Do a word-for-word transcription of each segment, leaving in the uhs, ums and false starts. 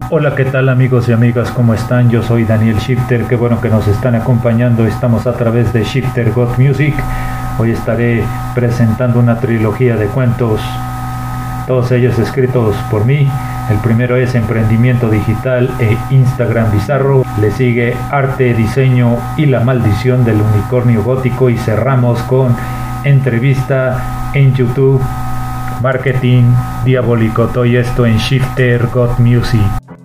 Hola, ¿qué tal amigos y amigas? ¿Cómo están? Yo soy Daniel Shifter, qué bueno que nos están acompañando. Estamos a través de Shifter God Music. Hoy estaré presentando una trilogía de cuentos, todos ellos escritos por mí. El primero es Emprendimiento Digital e Instagram Bizarro. Le sigue Arte, Diseño y la Maldición del Unicornio Gótico. Y cerramos con Entrevista en YouTube, Marketing Diabólico. Todo esto en Shifter God Music.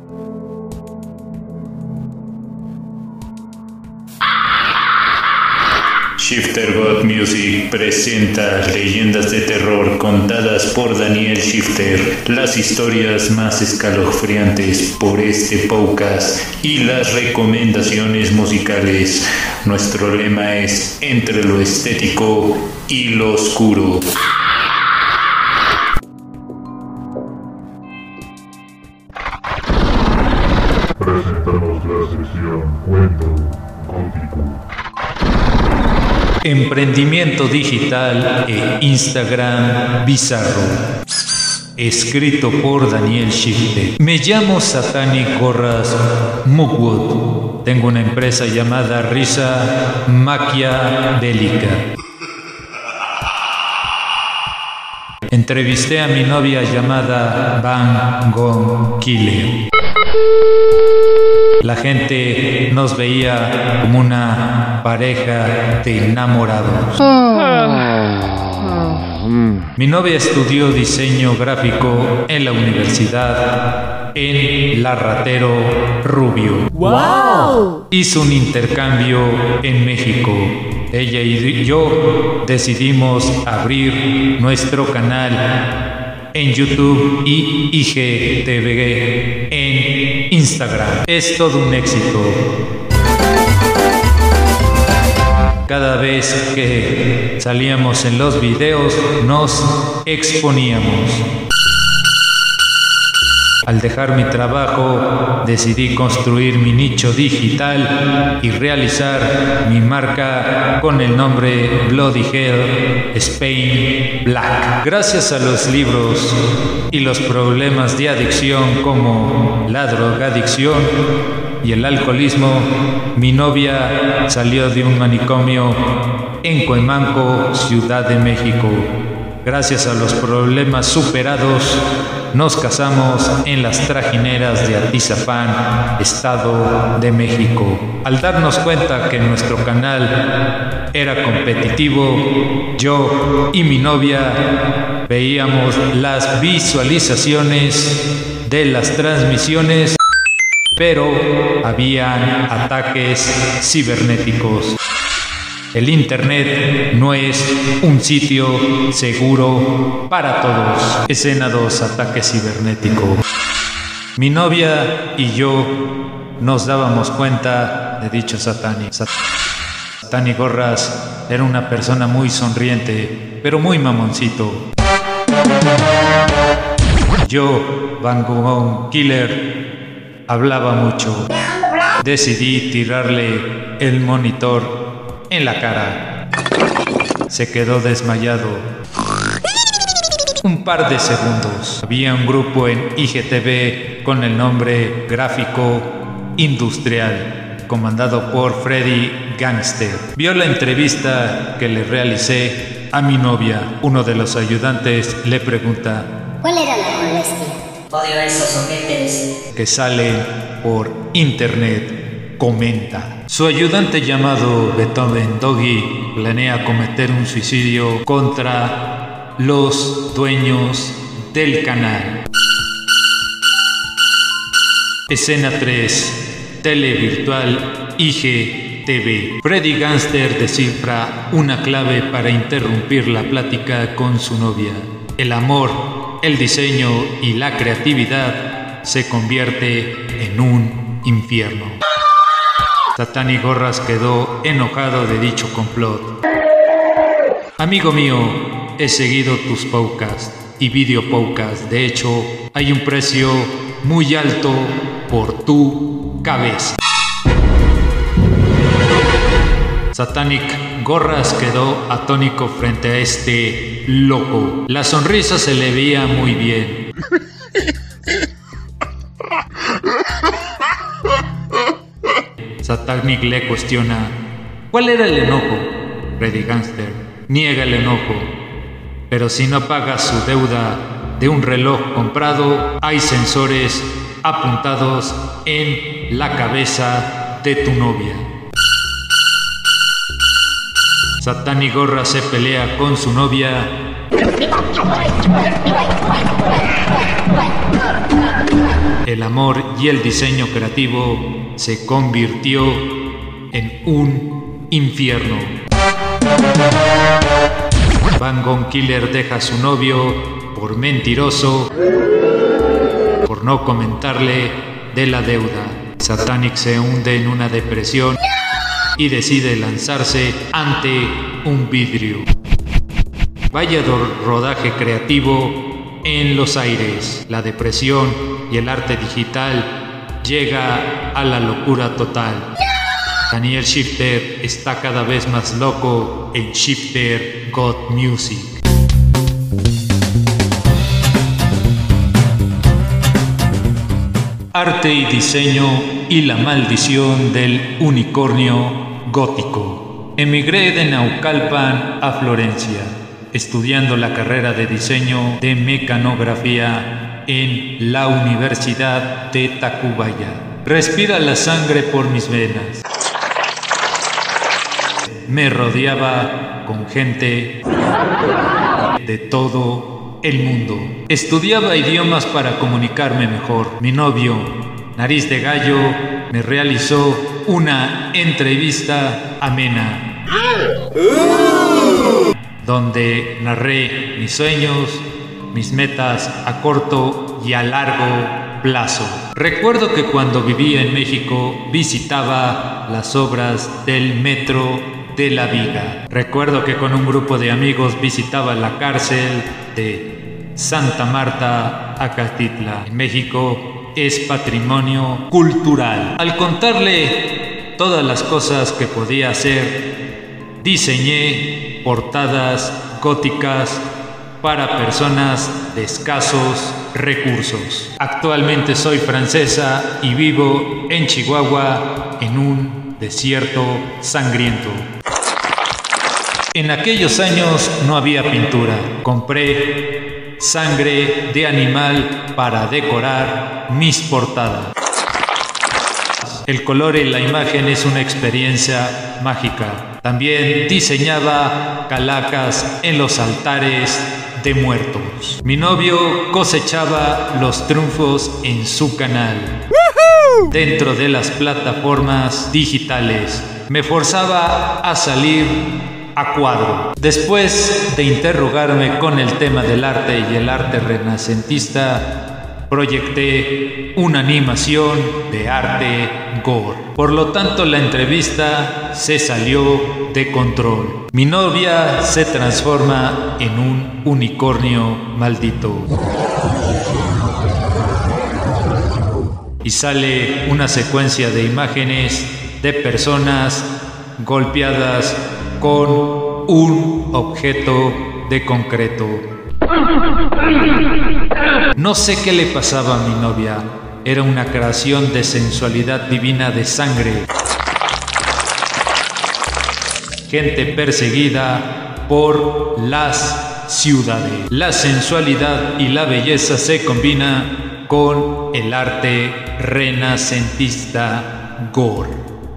Shifter God Music presenta leyendas de terror contadas por Daniel Shifter, las historias más escalofriantes por este podcast y las recomendaciones musicales. Nuestro lema es entre lo estético y lo oscuro. Presentamos la sección Cuento Gótico. Emprendimiento Digital e Instagram Bizarro. Escrito por Daniel Shifter. Me llamo Satanic Gorras Mugwood. Tengo una empresa llamada Risa Maquiavélica. Entrevisté a mi novia llamada Van Gogh Killer. La gente nos veía como una pareja de enamorados. Mi novia estudió diseño gráfico en la universidad en Larratero Rubio. ¡Wow! Hizo un intercambio en México. Ella y yo decidimos abrir nuestro canal en YouTube y I G T V en Instagram. Es todo un éxito. Cada vez que salíamos en los videos nos exponíamos. Al dejar mi trabajo, decidí construir mi nicho digital y realizar mi marca con el nombre Bloody Hell Spain Black. Gracias a los libros y los problemas de adicción como la drogadicción y el alcoholismo, mi novia salió de un manicomio en Cuemanco, Ciudad de México. Gracias a los problemas superados, nos casamos en las trajineras de Atizapán, Estado de México. Al darnos cuenta que nuestro canal era competitivo, yo y mi novia veíamos las visualizaciones de las transmisiones, pero habían ataques cibernéticos. El Internet no es un sitio seguro para todos. Escena dos, ataque cibernético. Mi novia y yo nos dábamos cuenta de dicho Satanic. Satanic Gorras era una persona muy sonriente, pero muy mamoncito. Yo, Van Gogh Killer, hablaba mucho. Decidí tirarle el monitor en la cara. Se quedó desmayado un par de segundos. Había un grupo en I G T V con el nombre Gráfico Industrial, comandado por Freddy Gangster. Vio la entrevista que le realicé a mi novia. Uno de los ayudantes le pregunta: ¿cuál era la molestia? Odio a esos ojetes que salen por internet. Comenta. Su ayudante llamado Beethoven Doggy planea cometer un suicidio contra los dueños del canal. Escena tres. Tele virtual I G T V. Freddy Gangster descifra una clave para interrumpir la plática con su novia. El amor, el diseño y la creatividad se convierte en un infierno. Satanic Gorras quedó enojado de dicho complot. Amigo mío, he seguido tus podcasts y video podcasts. De hecho, hay un precio muy alto por tu cabeza. Satanic Gorras quedó atónico frente a este loco. La sonrisa se le veía muy bien. Satanic le cuestiona: ¿cuál era el enojo? Freddy Gangster niega el enojo, pero si no pagas su deuda de un reloj comprado, hay sensores apuntados en la cabeza de tu novia. Satanic Gorra se pelea con su novia. El amor y el diseño creativo se convirtió en un infierno. Van Gogh Killer deja a su novio por mentiroso, por no comentarle de la deuda. Satanic se hunde en una depresión y decide lanzarse ante un vidrio. Vaya rodaje creativo en los aires. La depresión y el arte digital llega a la locura total. Daniel Shifter está cada vez más loco en Shifter God Music. Arte y diseño y la maldición del unicornio gótico. Emigré de Naucalpan a Florencia, estudiando la carrera de diseño de mecanografía en la Universidad de Tacubaya. Respira la sangre por mis venas. Me rodeaba con gente de todo el mundo. Estudiaba idiomas para comunicarme mejor. Mi novio, Nariz de Gallo, me realizó una entrevista amena, donde narré mis sueños, mis metas a corto y a largo plazo. Recuerdo que cuando vivía en México visitaba las obras del Metro de la Viga. Recuerdo que con un grupo de amigos visitaba la cárcel de Santa Marta, Acatitla. En México es patrimonio cultural. Al contarle todas las cosas que podía hacer, diseñé portadas góticas para personas de escasos recursos. Actualmente soy francesa y vivo en Chihuahua, en un desierto sangriento. En aquellos años no había pintura. Compré sangre de animal para decorar mis portadas. El color en la imagen es una experiencia mágica. También diseñaba calacas en los altares de muertos. Mi novio cosechaba los triunfos en su canal. ¡Woohoo! Dentro de las plataformas digitales. Me forzaba a salir a cuadro. Después de interrogarme con el tema del arte y el arte renacentista, proyecté una animación de arte gore. Por lo tanto, la entrevista se salió de control. Mi novia se transforma en un unicornio maldito. Y sale una secuencia de imágenes de personas golpeadas con un objeto de concreto. No sé qué le pasaba a mi novia. Era una creación de sensualidad divina de sangre. Gente perseguida por las ciudades. La sensualidad y la belleza se combinan con el arte renacentista gore.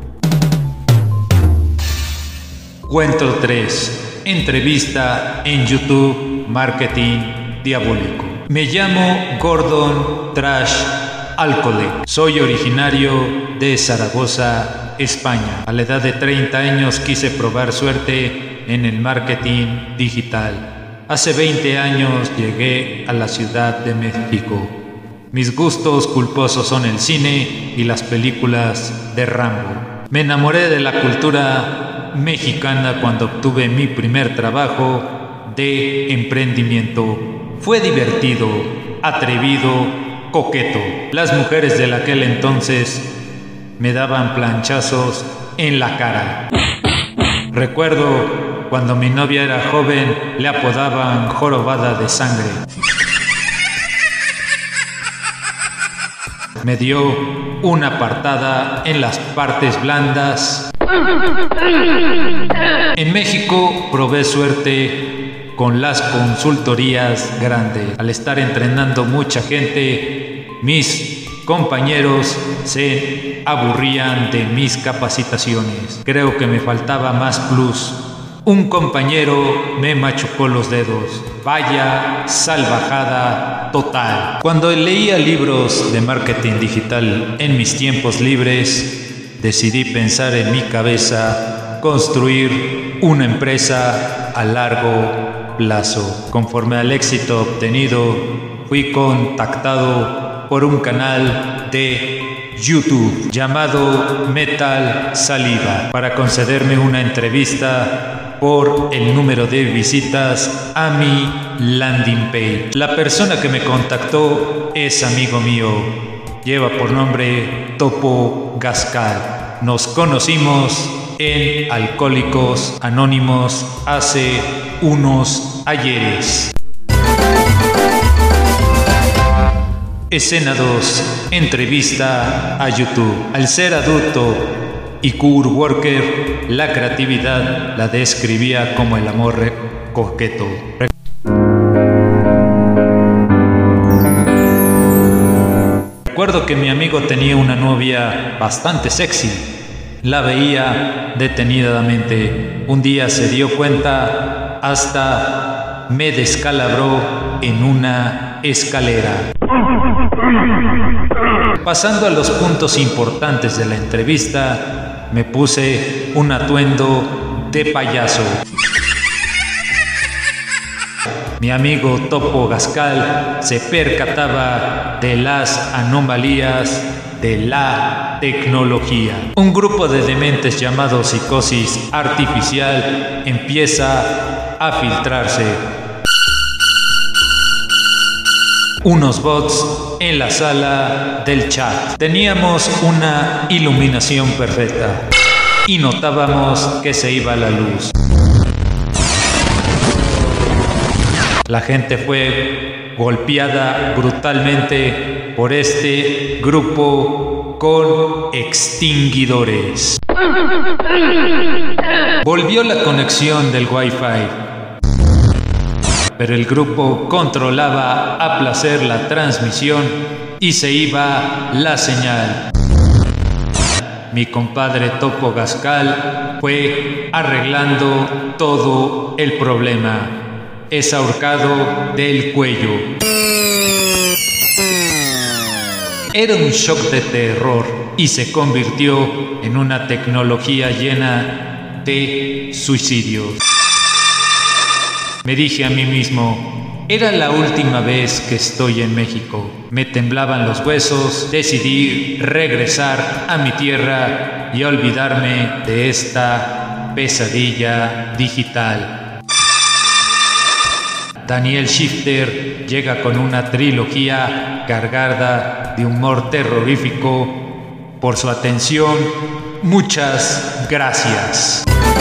Cuento tres. Entrevista en YouTube. Marketing diabólico. Me llamo Gordon Trash Alcolec. Soy originario de Zaragoza, España. A la edad de treinta años quise probar suerte en el marketing digital. Hace veinte años llegué a la Ciudad de México. Mis gustos culposos son el cine y las películas de Rambo. Me enamoré de la cultura mexicana cuando obtuve mi primer trabajo de emprendimiento. Fue divertido, atrevido, coqueto. Las mujeres de aquel entonces me daban planchazos en la cara. Recuerdo cuando mi novia era joven, le apodaban jorobada de sangre. Me dio una partada en las partes blandas. En México probé suerte con las consultorías grandes. Al estar entrenando mucha gente, mis compañeros se aburrían de mis capacitaciones. Creo que me faltaba más plus. Un compañero me machucó los dedos. Vaya salvajada total. Cuando leía libros de marketing digital en mis tiempos libres, decidí pensar en mi cabeza construir una empresa a largo plazo. Conforme al éxito obtenido, fui contactado por un canal de YouTube llamado Metal Saliva para concederme una entrevista por el número de visitas a mi landing page. La persona que me contactó es amigo mío, lleva por nombre Topo Gascal. Nos conocimos en Alcohólicos Anónimos hace unos ayeres. Escena dos. Entrevista a YouTube. Al ser adulto y core worker, la creatividad la describía como el amor coqueto. Recuerdo que mi amigo tenía una novia bastante sexy. La veía detenidamente. Un día se dio cuenta, hasta me descalabró en una escalera. Pasando a los puntos importantes de la entrevista, me puse un atuendo de payaso. Mi amigo Topo Gascal se percataba de las anomalías de la tecnología. Un grupo de dementes llamado psicosis artificial empieza a filtrarse. Unos bots en la sala del chat. Teníamos una iluminación perfecta y notábamos que se iba la luz. La gente fue golpeada brutalmente por este grupo con extinguidores. Volvió la conexión del Wi-Fi, pero el grupo controlaba a placer la transmisión y se iba la señal. Mi compadre Topo Gascal fue arreglando todo el problema. Es ahorcado del cuello. Era un shock de terror y se convirtió en una tecnología llena de suicidios. Me dije a mí mismo, era la última vez que estoy en México. Me temblaban los huesos, decidí regresar a mi tierra y olvidarme de esta pesadilla digital. Daniel Shifter llega con una trilogía cargada de humor terrorífico. Por su atención, muchas gracias.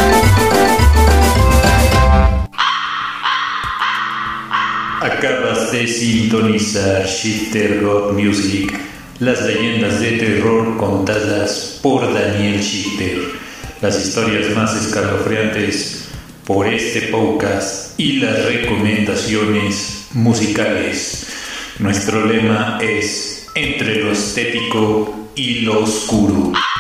Acabas de sintonizar Shifter God Music, las leyendas de terror contadas por Daniel Shifter, las historias más escalofriantes por este podcast y las recomendaciones musicales. Nuestro lema es entre lo estético y lo oscuro.